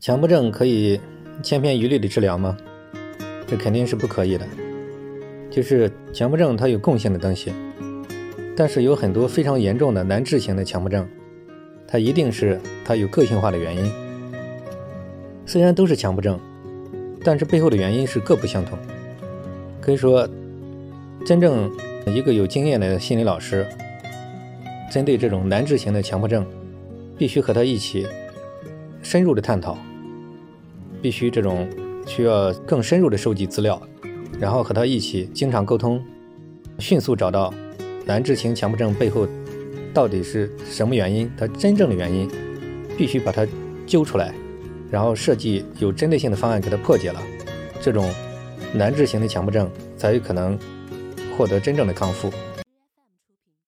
强迫症可以千篇一律的治疗吗？这肯定是不可以的。就是强迫症它有共性的东西，但是有很多非常严重的难治型的强迫症，它一定是它有个性化的原因。虽然都是强迫症，但是背后的原因是各不相同。可以说，真正一个有经验的心理老师，针对这种难治型的强迫症，必须和他一起深入的探讨，必须这种需要更深入的收集资料，然后和他一起经常沟通，迅速找到难治型强迫症背后到底是什么原因，它真正的原因，必须把它揪出来，然后设计有针对性的方案给它破解了，这种难治型的强迫症才有可能获得真正的康复。